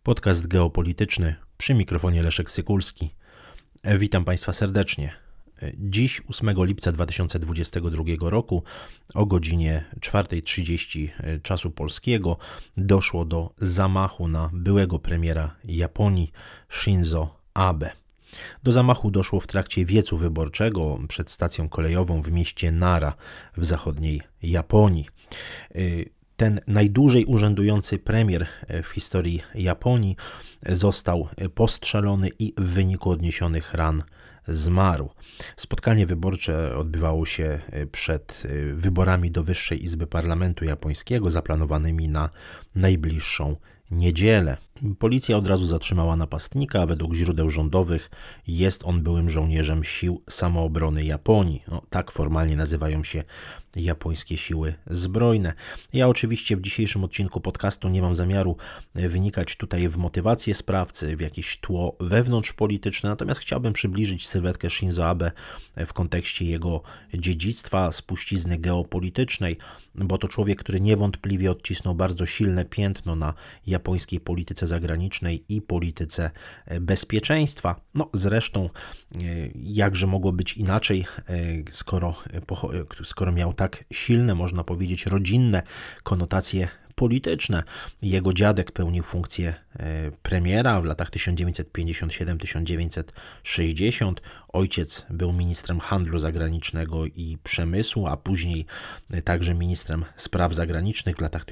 Podcast geopolityczny, przy mikrofonie Leszek Sykulski. Witam Państwa serdecznie. Dziś, 8 lipca 2022 roku, o godzinie 4:30 czasu polskiego, doszło do zamachu na byłego premiera Japonii Shinzo Abe. Do zamachu doszło w trakcie wiecu wyborczego przed stacją kolejową w mieście Nara w zachodniej Japonii. Ten najdłużej urzędujący premier w historii Japonii został postrzelony i w wyniku odniesionych ran zmarł. Spotkanie wyborcze odbywało się przed wyborami do Wyższej Izby Parlamentu Japońskiego zaplanowanymi na najbliższą niedzielę. Policja od razu zatrzymała napastnika, a według źródeł rządowych jest on byłym żołnierzem Sił Samoobrony Japonii. Tak formalnie nazywają się japońskie siły zbrojne. Ja oczywiście w dzisiejszym odcinku podcastu nie mam zamiaru wynikać tutaj w motywację sprawcy, w jakieś tło wewnątrzpolityczne, natomiast chciałbym przybliżyć sylwetkę Shinzo Abe w kontekście jego dziedzictwa, spuścizny geopolitycznej, bo to człowiek, który niewątpliwie odcisnął bardzo silne piętno na japońskiej polityce zagranicznej i polityce bezpieczeństwa. Zresztą jakże mogło być inaczej, skoro miał tak silne, można powiedzieć, rodzinne konotacje polityczne. Jego dziadek pełnił funkcję premiera w latach 1957-1960. Ojciec był ministrem handlu zagranicznego i przemysłu, a później także ministrem spraw zagranicznych w latach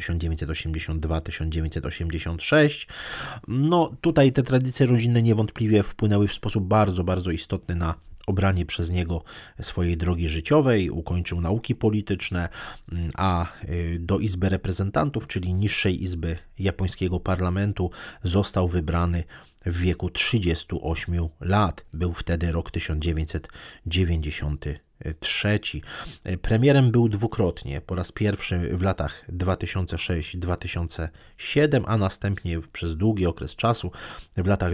1982-1986. Tutaj te tradycje rodzinne niewątpliwie wpłynęły w sposób bardzo, bardzo istotny na obranie przez niego swojej drogi życiowej. Ukończył nauki polityczne, a do Izby Reprezentantów, czyli niższej izby japońskiego parlamentu, został wybrany w wieku 38 lat. Był wtedy rok 1993. Premierem był dwukrotnie, po raz pierwszy w latach 2006-2007, a następnie przez długi okres czasu w latach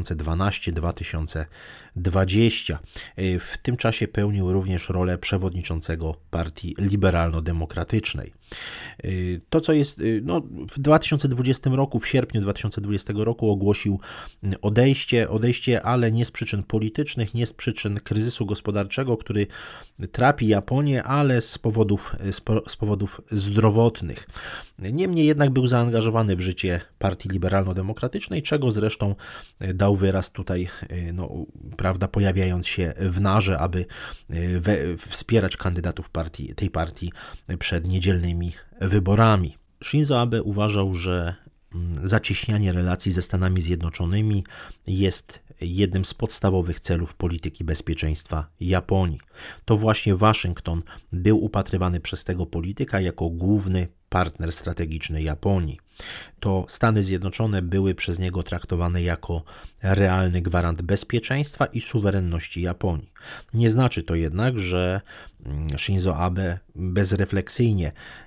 2012-2020. W tym czasie pełnił również rolę przewodniczącego Partii Liberalno-Demokratycznej. To, co jest, w 2020 roku, w sierpniu 2020 roku ogłosił odejście, ale nie z przyczyn politycznych, nie z przyczyn kryzysu gospodarczego, który trapi Japonię, ale z powodów zdrowotnych. Niemniej jednak był zaangażowany w życie Partii Liberalno-Demokratycznej, czego zresztą dał wyraz tutaj, pojawiając się w Narze, aby wspierać kandydatów tej partii przed niedzielnymi wyborami. Shinzo Abe uważał, że zacieśnianie relacji ze Stanami Zjednoczonymi jest jednym z podstawowych celów polityki bezpieczeństwa Japonii. To właśnie Waszyngton był upatrywany przez tego polityka jako główny partner strategiczny Japonii. To Stany Zjednoczone były przez niego traktowane jako realny gwarant bezpieczeństwa i suwerenności Japonii. Nie znaczy to jednak, że Shinzo Abe bezrefleksyjnie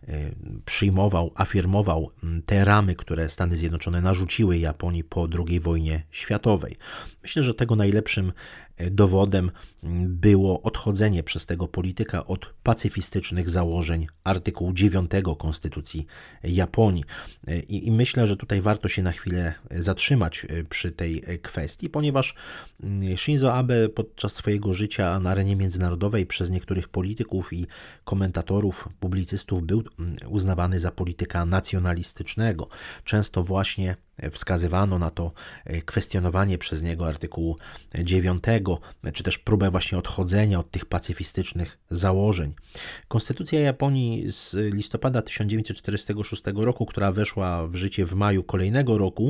afirmował te ramy, które Stany Zjednoczone narzuciły Japonii po II wojnie światowej. Myślę, że tego najlepszym dowodem było odchodzenie przez tego polityka od pacyfistycznych założeń artykułu 9 Konstytucji Japonii. I myślę, że tutaj warto się na chwilę zatrzymać przy tej kwestii, ponieważ Shinzo Abe podczas swojego życia na arenie międzynarodowej przez niektórych polityków i komentatorów, publicystów był uznawany za polityka nacjonalistycznego. Często właśnie wskazywano na to kwestionowanie przez niego artykułu 9, czy też próbę właśnie odchodzenia od tych pacyfistycznych założeń. Konstytucja Japonii z listopada 1946 roku, która weszła w życie w maju kolejnego roku,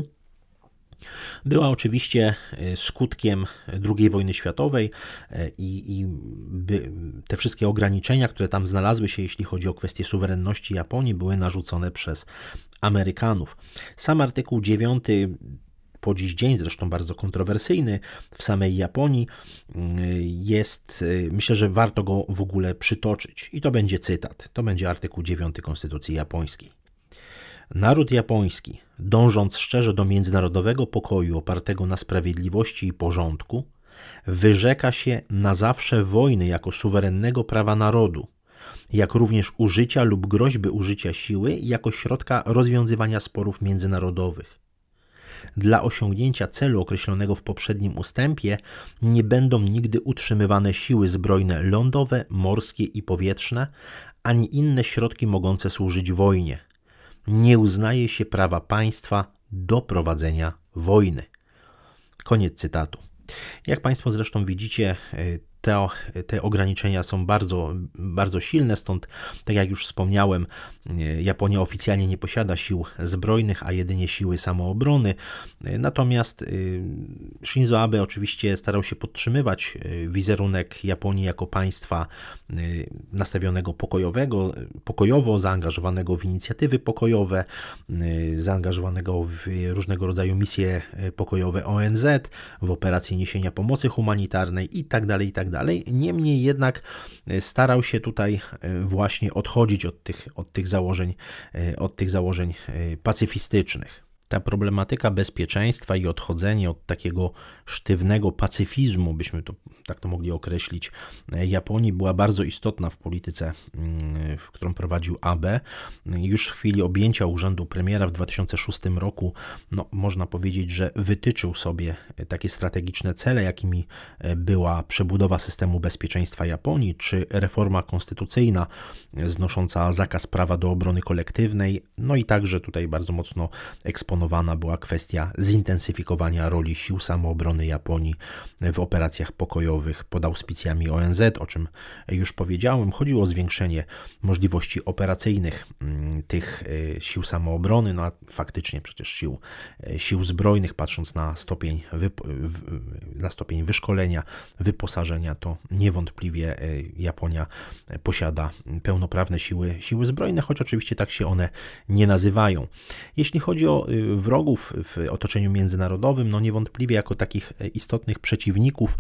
była oczywiście skutkiem II wojny światowej i te wszystkie ograniczenia, które tam znalazły się, jeśli chodzi o kwestię suwerenności Japonii, były narzucone przez Amerykanów. Sam artykuł 9, po dziś dzień zresztą bardzo kontrowersyjny w samej Japonii, jest, myślę, że warto go w ogóle przytoczyć. I to będzie cytat, to będzie artykuł 9 Konstytucji Japońskiej. Naród japoński, dążąc szczerze do międzynarodowego pokoju opartego na sprawiedliwości i porządku, wyrzeka się na zawsze wojny jako suwerennego prawa narodu, jak również użycia lub groźby użycia siły jako środka rozwiązywania sporów międzynarodowych. dla osiągnięcia celu określonego w poprzednim ustępie nie będą nigdy utrzymywane siły zbrojne lądowe, morskie i powietrzne, ani inne środki mogące służyć wojnie. Nie uznaje się prawa państwa do prowadzenia wojny. Koniec cytatu. Jak Państwo zresztą widzicie, te ograniczenia są bardzo, bardzo silne, stąd, tak jak już wspomniałem, Japonia oficjalnie nie posiada sił zbrojnych, a jedynie siły samoobrony. Natomiast Shinzo Abe oczywiście starał się podtrzymywać wizerunek Japonii jako państwa nastawionego pokojowo, zaangażowanego w inicjatywy pokojowe, zaangażowanego w różnego rodzaju misje pokojowe ONZ, w operacje niesienia pomocy humanitarnej itd. Niemniej jednak starał się tutaj właśnie odchodzić od tych założeń pacyfistycznych. Ta problematyka bezpieczeństwa i odchodzenie od takiego sztywnego pacyfizmu, byśmy to mogli określić, Japonii była bardzo istotna w polityce, którą prowadził Abe. Już w chwili objęcia urzędu premiera w 2006 roku, można powiedzieć, że wytyczył sobie takie strategiczne cele, jakimi była przebudowa systemu bezpieczeństwa Japonii, czy reforma konstytucyjna znosząca zakaz prawa do obrony kolektywnej, i także tutaj bardzo mocno eksponowana była kwestia zintensyfikowania roli sił samoobrony Japonii w operacjach pokojowych pod auspicjami ONZ, o czym już powiedziałem. Chodziło o zwiększenie możliwości operacyjnych tych sił samoobrony, a faktycznie przecież sił zbrojnych, patrząc na stopień wyszkolenia, wyposażenia, to niewątpliwie Japonia posiada pełnoprawne siły zbrojne, choć oczywiście tak się one nie nazywają. Jeśli chodzi o wrogów w otoczeniu międzynarodowym, niewątpliwie jako takich istotnych przeciwników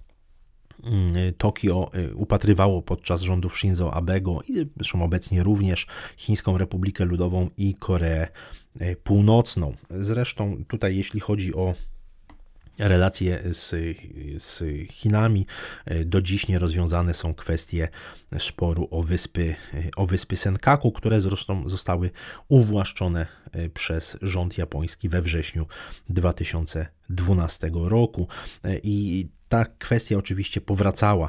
Tokio upatrywało podczas rządów Shinzo Abego i zresztą obecnie również Chińską Republikę Ludową i Koreę Północną. Zresztą tutaj jeśli chodzi o relacje z Chinami, do dziś nierozwiązane są kwestie sporu o wyspy Senkaku, które zresztą zostały uwłaszczone przez rząd japoński we wrześniu 2012 roku i ta kwestia oczywiście powracała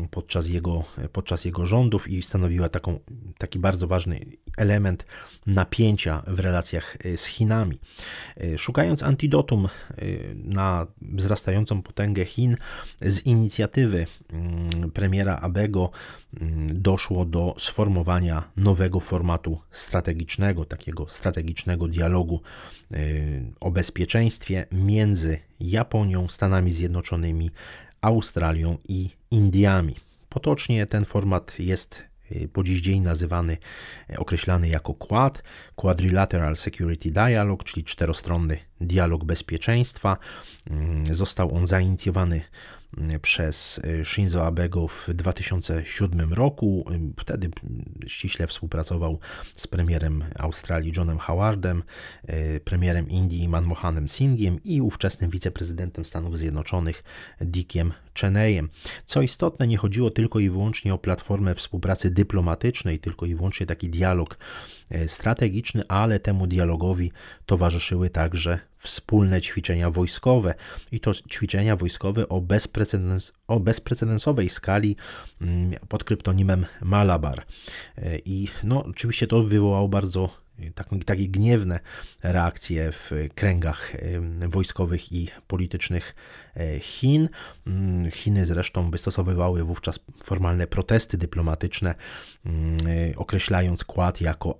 podczas jego rządów i stanowiła taki bardzo ważny element napięcia w relacjach z Chinami. Szukając antidotum na wzrastającą potęgę Chin, z inicjatywy premiera Abego doszło do sformowania nowego formatu strategicznego, takiego strategicznego dialogu o bezpieczeństwie między Japonią, Stanami Zjednoczonymi, Australią i Indiami. Potocznie ten format jest po dziś dzień określany jako QUAD, Quadrilateral Security Dialogue, czyli czterostronny dialog bezpieczeństwa. Został on zainicjowany przez Shinzo Abego w 2007 roku. Wtedy ściśle współpracował z premierem Australii Johnem Howardem, premierem Indii Manmohanem Singhiem i ówczesnym wiceprezydentem Stanów Zjednoczonych Dickiem Cheneyem. Co istotne, nie chodziło tylko i wyłącznie o platformę współpracy dyplomatycznej, tylko i wyłącznie taki dialog strategiczny, ale temu dialogowi towarzyszyły także wspólne ćwiczenia wojskowe i to ćwiczenia wojskowe o bezprecedensowej skali pod kryptonimem Malabar. I oczywiście to wywołało bardzo takie gniewne reakcje w kręgach wojskowych i politycznych Chin. Chiny zresztą wystosowywały wówczas formalne protesty dyplomatyczne, określając QUAD jako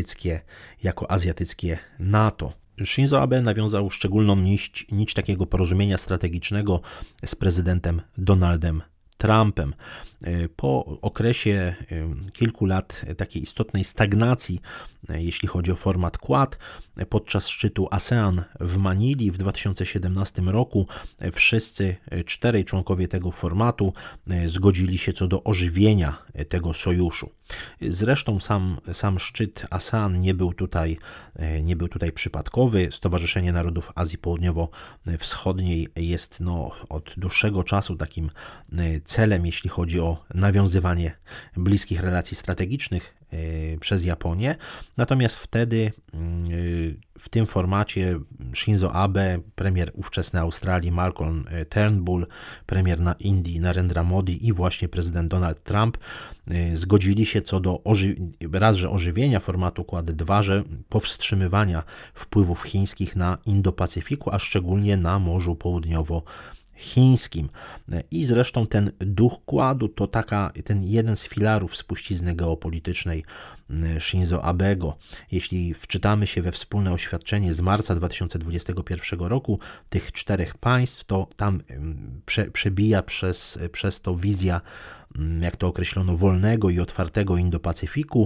azjatyckie NATO. Shinzo Abe nawiązał szczególną nić takiego porozumienia strategicznego z prezydentem Donaldem Trumpem. Po okresie kilku lat takiej istotnej stagnacji, jeśli chodzi o format QUAD, podczas szczytu ASEAN w Manili w 2017 roku wszyscy 4 członkowie tego formatu zgodzili się co do ożywienia tego sojuszu. Zresztą sam szczyt ASEAN nie był tutaj przypadkowy. Stowarzyszenie Narodów Azji Południowo-Wschodniej jest od dłuższego czasu takim celem, jeśli chodzi o to nawiązywanie bliskich relacji strategicznych przez Japonię. Natomiast wtedy w tym formacie Shinzo Abe, premier ówczesny Australii Malcolm Turnbull, premier na Indii Narendra Modi i właśnie prezydent Donald Trump zgodzili się co do raz, że ożywienia formatu Quad 2, że powstrzymywania wpływów chińskich na Indo-Pacyfiku, a szczególnie na Morzu Południowochińskim. I zresztą ten duch Quadu to ten jeden z filarów spuścizny geopolitycznej Shinzo Abego. Jeśli wczytamy się we wspólne oświadczenie z marca 2021 roku tych 4 państw, to tam przebija przez to wizja, jak to określono, wolnego i otwartego Indo-Pacyfiku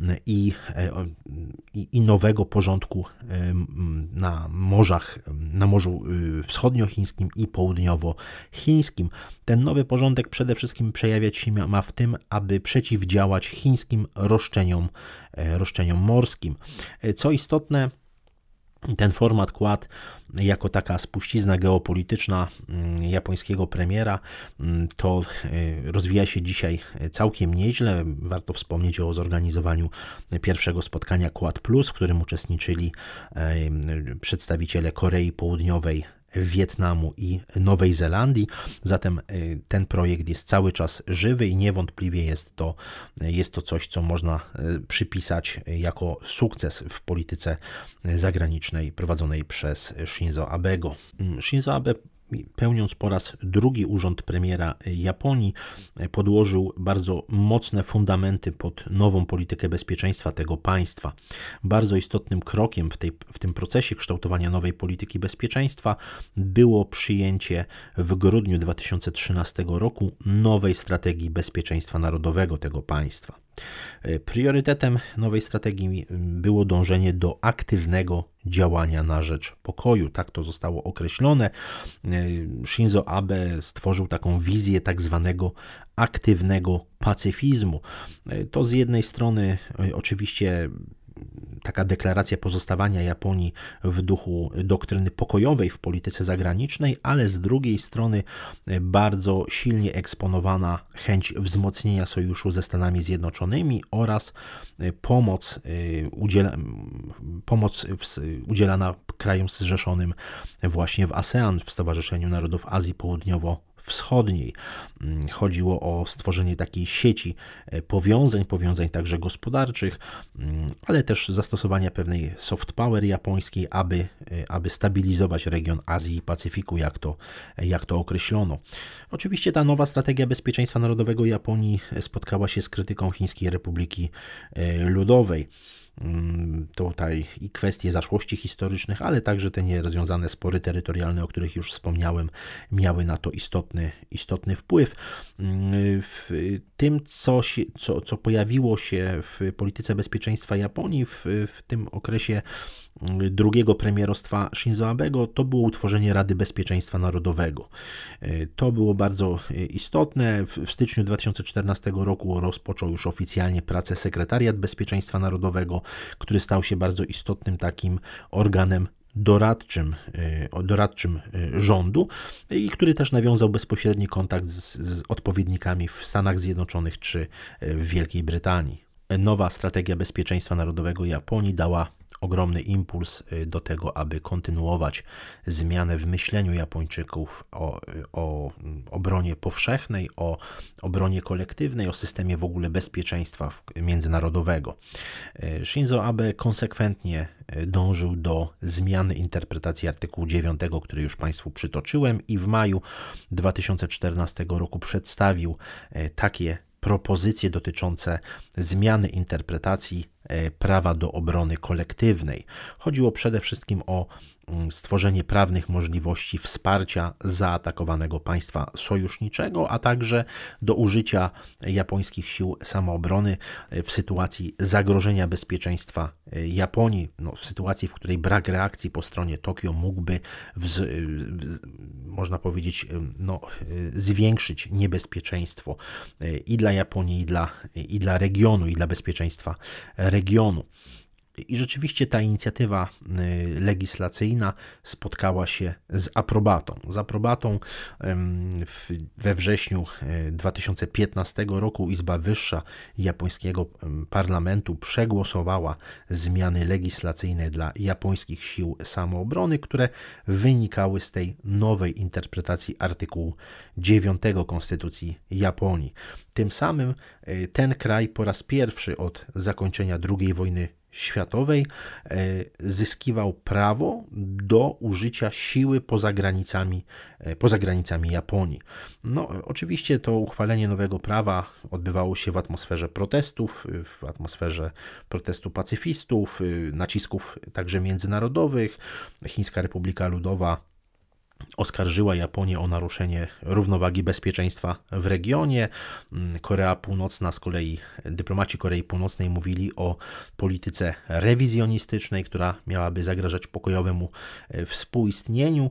i nowego porządku na morzach, na Morzu Wschodniochińskim i Południowochińskim. Ten nowy porządek przede wszystkim przejawiać się ma w tym, aby przeciwdziałać chińskim roszczeniom morskim. Co istotne, ten format Quad jako taka spuścizna geopolityczna japońskiego premiera to rozwija się dzisiaj całkiem nieźle. Warto wspomnieć o zorganizowaniu pierwszego spotkania Quad Plus, w którym uczestniczyli przedstawiciele Korei Południowej, Wietnamu i Nowej Zelandii. Zatem ten projekt jest cały czas żywy i niewątpliwie jest to coś, co można przypisać jako sukces w polityce zagranicznej prowadzonej przez Shinzo Abego. Shinzo Abe, pełniąc po raz drugi urząd premiera Japonii, podłożył bardzo mocne fundamenty pod nową politykę bezpieczeństwa tego państwa. Bardzo istotnym krokiem w tym procesie kształtowania nowej polityki bezpieczeństwa było przyjęcie w grudniu 2013 roku nowej strategii bezpieczeństwa narodowego tego państwa. Priorytetem nowej strategii było dążenie do aktywnego działania na rzecz pokoju. Tak to zostało określone. Shinzo Abe stworzył taką wizję tak zwanego aktywnego pacyfizmu. To z jednej strony oczywiście taka deklaracja pozostawania Japonii w duchu doktryny pokojowej w polityce zagranicznej, ale z drugiej strony bardzo silnie eksponowana chęć wzmocnienia sojuszu ze Stanami Zjednoczonymi oraz pomoc udzielana krajom zrzeszonym właśnie w ASEAN, w Stowarzyszeniu Narodów Azji Południowo-Wschodniej. Chodziło o stworzenie takiej sieci powiązań także gospodarczych, ale też zastosowania pewnej soft power japońskiej, aby stabilizować region Azji i Pacyfiku, jak to określono. Oczywiście ta nowa strategia bezpieczeństwa narodowego Japonii spotkała się z krytyką Chińskiej Republiki Ludowej. Tutaj i kwestie zaszłości historycznych, ale także te nierozwiązane spory terytorialne, o których już wspomniałem, miały na to istotny wpływ. W tym, co pojawiło się w polityce bezpieczeństwa Japonii w tym okresie drugiego premierostwa Shinzo Abego, to było utworzenie Rady Bezpieczeństwa Narodowego. To było bardzo istotne. W styczniu 2014 roku rozpoczął już oficjalnie pracę Sekretariat Bezpieczeństwa Narodowego, który stał się bardzo istotnym takim organem doradczym rządu i który też nawiązał bezpośredni kontakt z odpowiednikami w Stanach Zjednoczonych czy w Wielkiej Brytanii. Nowa strategia bezpieczeństwa narodowego Japonii dała ogromny impuls do tego, aby kontynuować zmianę w myśleniu Japończyków o obronie powszechnej, o obronie kolektywnej, o systemie w ogóle bezpieczeństwa międzynarodowego. Shinzo Abe konsekwentnie dążył do zmiany interpretacji artykułu 9, który już Państwu przytoczyłem, i w maju 2014 roku przedstawił takie propozycje dotyczące zmiany interpretacji prawa do obrony kolektywnej. Chodziło przede wszystkim o stworzenie prawnych możliwości wsparcia zaatakowanego państwa sojuszniczego, a także do użycia japońskich sił samoobrony w sytuacji zagrożenia bezpieczeństwa Japonii, w sytuacji, w której brak reakcji po stronie Tokio mógłby, można powiedzieć, zwiększyć niebezpieczeństwo i dla Japonii, i dla regionu, i dla bezpieczeństwa regionu. I rzeczywiście ta inicjatywa legislacyjna spotkała się z aprobatą. We wrześniu 2015 roku Izba Wyższa japońskiego parlamentu przegłosowała zmiany legislacyjne dla japońskich sił samoobrony, które wynikały z tej nowej interpretacji artykułu 9 Konstytucji Japonii. Tym samym ten kraj po raz pierwszy od zakończenia II wojny światowej zyskiwał prawo do użycia siły poza granicami Japonii. No, oczywiście to uchwalenie nowego prawa odbywało się w atmosferze protestów, w atmosferze protestu pacyfistów, nacisków także międzynarodowych. Chińska Republika Ludowa oskarżyła Japonię o naruszenie równowagi bezpieczeństwa w regionie. Korea Północna z kolei, dyplomaci Korei Północnej mówili o polityce rewizjonistycznej, która miałaby zagrażać pokojowemu współistnieniu.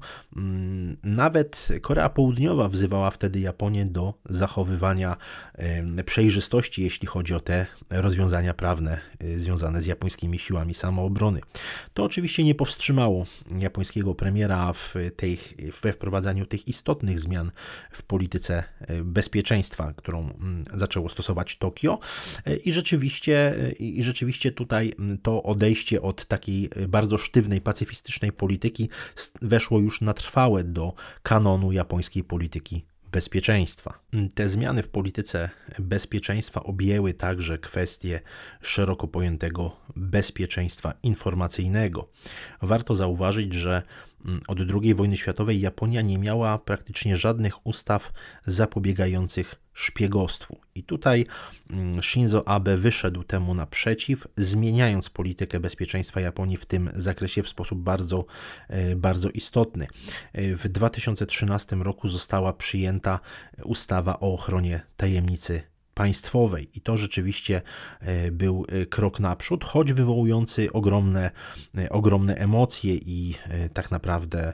Nawet Korea Południowa wzywała wtedy Japonię do zachowywania przejrzystości, jeśli chodzi o te rozwiązania prawne związane z japońskimi siłami samoobrony. To oczywiście nie powstrzymało japońskiego premiera we wprowadzaniu tych istotnych zmian w polityce bezpieczeństwa, którą zaczęło stosować Tokio i rzeczywiście tutaj to odejście od takiej bardzo sztywnej, pacyfistycznej polityki weszło już na trwałe do kanonu japońskiej polityki bezpieczeństwa. Te zmiany w polityce bezpieczeństwa objęły także kwestie szeroko pojętego bezpieczeństwa informacyjnego. Warto zauważyć, że od II wojny światowej Japonia nie miała praktycznie żadnych ustaw zapobiegających szpiegostwu. I tutaj Shinzo Abe wyszedł temu naprzeciw, zmieniając politykę bezpieczeństwa Japonii w tym zakresie w sposób bardzo, bardzo istotny. W 2013 roku została przyjęta ustawa o ochronie tajemnicy państwowej i to rzeczywiście był krok naprzód, choć wywołujący ogromne emocje i tak naprawdę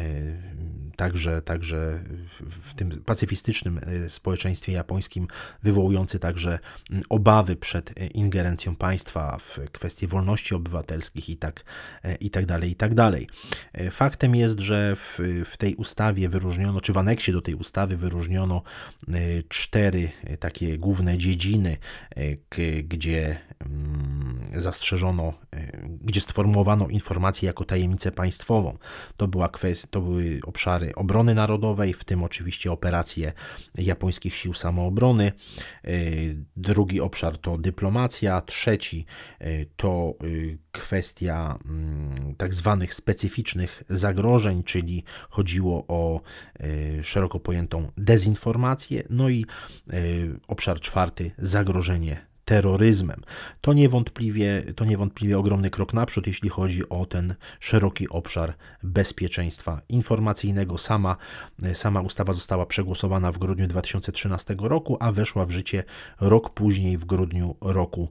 także w tym pacyfistycznym społeczeństwie japońskim wywołujący także obawy przed ingerencją państwa w kwestie wolności obywatelskich i tak dalej. Faktem jest, że w tej ustawie wyróżniono, czy w aneksie do tej ustawy wyróżniono 4 takie główne dziedziny, gdzie zastrzeżono, gdzie sformułowano informację jako tajemnicę państwową. To były obszary obrony narodowej, w tym oczywiście operacje japońskich sił samoobrony. Drugi obszar to dyplomacja. Trzeci to kwestia tak zwanych specyficznych zagrożeń, czyli chodziło o szeroko pojętą dezinformację. No i obszar czwarty, zagrożenie terroryzmem. To niewątpliwie ogromny krok naprzód, jeśli chodzi o ten szeroki obszar bezpieczeństwa informacyjnego. Sama ustawa została przegłosowana w grudniu 2013 roku, a weszła w życie rok później, w grudniu roku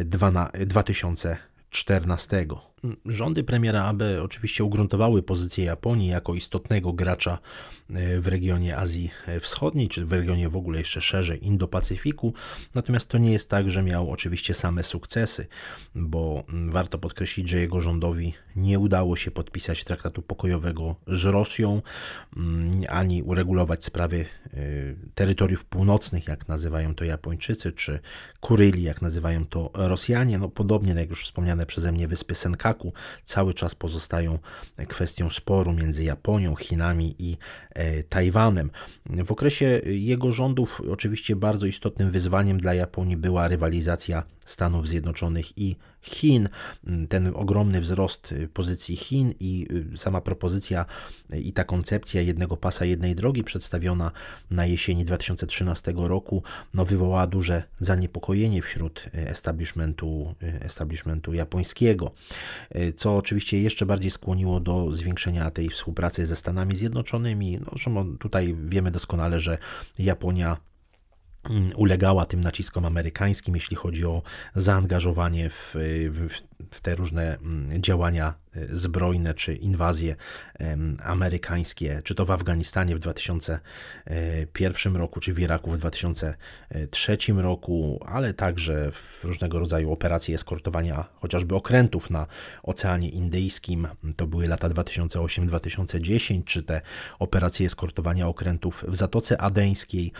2014. Rządy premiera Abe oczywiście ugruntowały pozycję Japonii jako istotnego gracza w regionie Azji Wschodniej, czy w regionie w ogóle jeszcze szerzej Indo-Pacyfiku, natomiast to nie jest tak, że miał oczywiście same sukcesy, bo warto podkreślić, że jego rządowi nie udało się podpisać traktatu pokojowego z Rosją, ani uregulować sprawy terytoriów północnych, jak nazywają to Japończycy, czy Kuryli, jak nazywają to Rosjanie. No, podobnie jak już wspomniane przeze mnie wyspy Senkaku cały czas pozostają kwestią sporu między Japonią, Chinami i Tajwanem. W okresie jego rządów oczywiście bardzo istotnym wyzwaniem dla Japonii była rywalizacja Stanów Zjednoczonych i Chin. Ten ogromny wzrost pozycji Chin i sama propozycja i ta koncepcja jednego pasa, jednej drogi przedstawiona na jesieni 2013 roku wywołała duże zaniepokojenie wśród establishmentu japońskiego, co oczywiście jeszcze bardziej skłoniło do zwiększenia tej współpracy ze Stanami Zjednoczonymi. Tutaj wiemy doskonale, że Japonia ulegała tym naciskom amerykańskim, jeśli chodzi o zaangażowanie w te różne działania zbrojne czy inwazje amerykańskie, czy to w Afganistanie w 2001 roku, czy w Iraku w 2003 roku, ale także w różnego rodzaju operacje eskortowania chociażby okrętów na Oceanie Indyjskim. To były lata 2008-2010, czy te operacje eskortowania okrętów w Zatoce Adeńskiej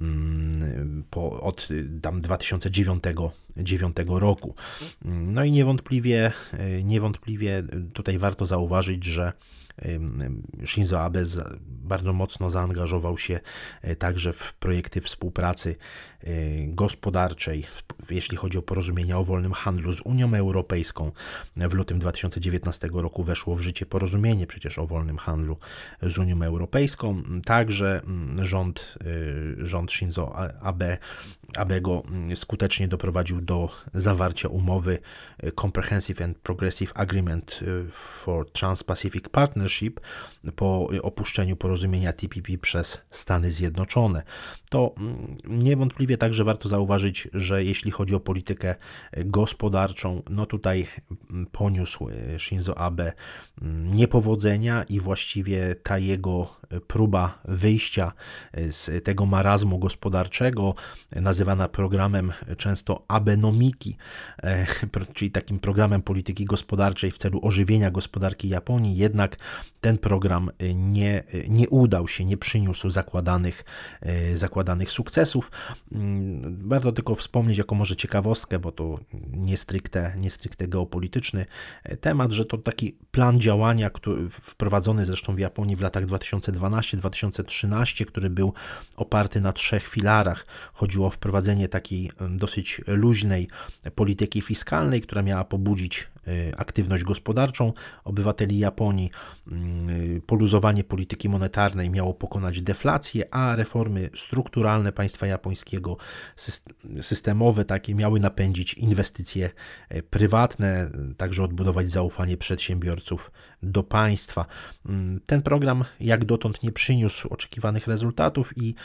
od tam 2009 roku. No i niewątpliwie tutaj warto zauważyć, że Shinzo Abe bardzo mocno zaangażował się także w projekty współpracy gospodarczej, jeśli chodzi o porozumienia o wolnym handlu z Unią Europejską. W lutym 2019 roku weszło w życie porozumienie przecież o wolnym handlu z Unią Europejską. Także rząd Shinzo Abego skutecznie doprowadził do zawarcia umowy Comprehensive and Progressive Agreement for Trans-Pacific Partnership po opuszczeniu porozumienia TPP przez Stany Zjednoczone. To niewątliwie także warto zauważyć, że jeśli chodzi o politykę gospodarczą, no tutaj poniósł Shinzo Abe niepowodzenia i właściwie ta jego próba wyjścia z tego marazmu gospodarczego, nazywana programem często Abenomiki, czyli takim programem polityki gospodarczej w celu ożywienia gospodarki Japonii, jednak ten program nie udał się, nie przyniósł zakładanych sukcesów. Warto tylko wspomnieć jako może ciekawostkę, bo to nie stricte geopolityczny temat, że to taki plan działania, wprowadzony zresztą w Japonii w latach 2012-2013, który był oparty na 3 filarach. Chodziło o wprowadzenie takiej dosyć luźnej polityki fiskalnej, która miała pobudzić aktywność gospodarczą obywateli Japonii. Poluzowanie polityki monetarnej miało pokonać deflację, a reformy strukturalne państwa japońskiego, systemowe takie, miały napędzić inwestycje prywatne, także odbudować zaufanie przedsiębiorców do państwa. Ten program jak dotąd nie przyniósł oczekiwanych rezultatów i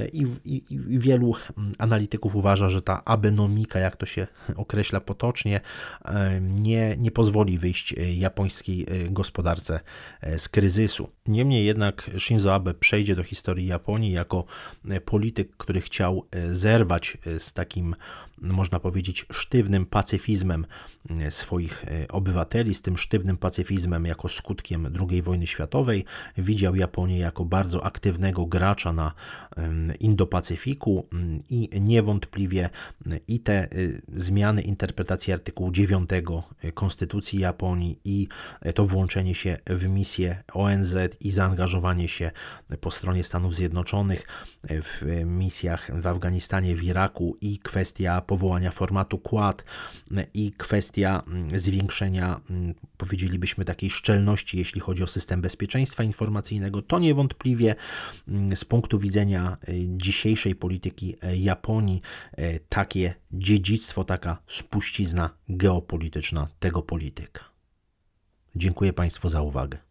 wielu analityków uważa, że ta abenomika, jak to się określa potocznie, nie pozwoli wyjść japońskiej gospodarce z kryzysu. Niemniej jednak Shinzo Abe przejdzie do historii Japonii jako polityk, który chciał zerwać z takim, można powiedzieć, sztywnym pacyfizmem swoich obywateli, z tym sztywnym pacyfizmem jako skutkiem II wojny światowej. Widział Japonię jako bardzo aktywnego gracza na Indo-Pacyfiku i niewątpliwie i te zmiany interpretacji artykułu 9 Konstytucji Japonii i to włączenie się w misję ONZ i zaangażowanie się po stronie Stanów Zjednoczonych w misjach w Afganistanie, w Iraku i kwestia powołania formatu Quad i kwestia zwiększenia, powiedzielibyśmy, takiej szczelności, jeśli chodzi o system bezpieczeństwa informacyjnego, to niewątpliwie z punktu widzenia dzisiejszej polityki Japonii takie dziedzictwo, taka spuścizna geopolityczna tego polityka. Dziękuję Państwu za uwagę.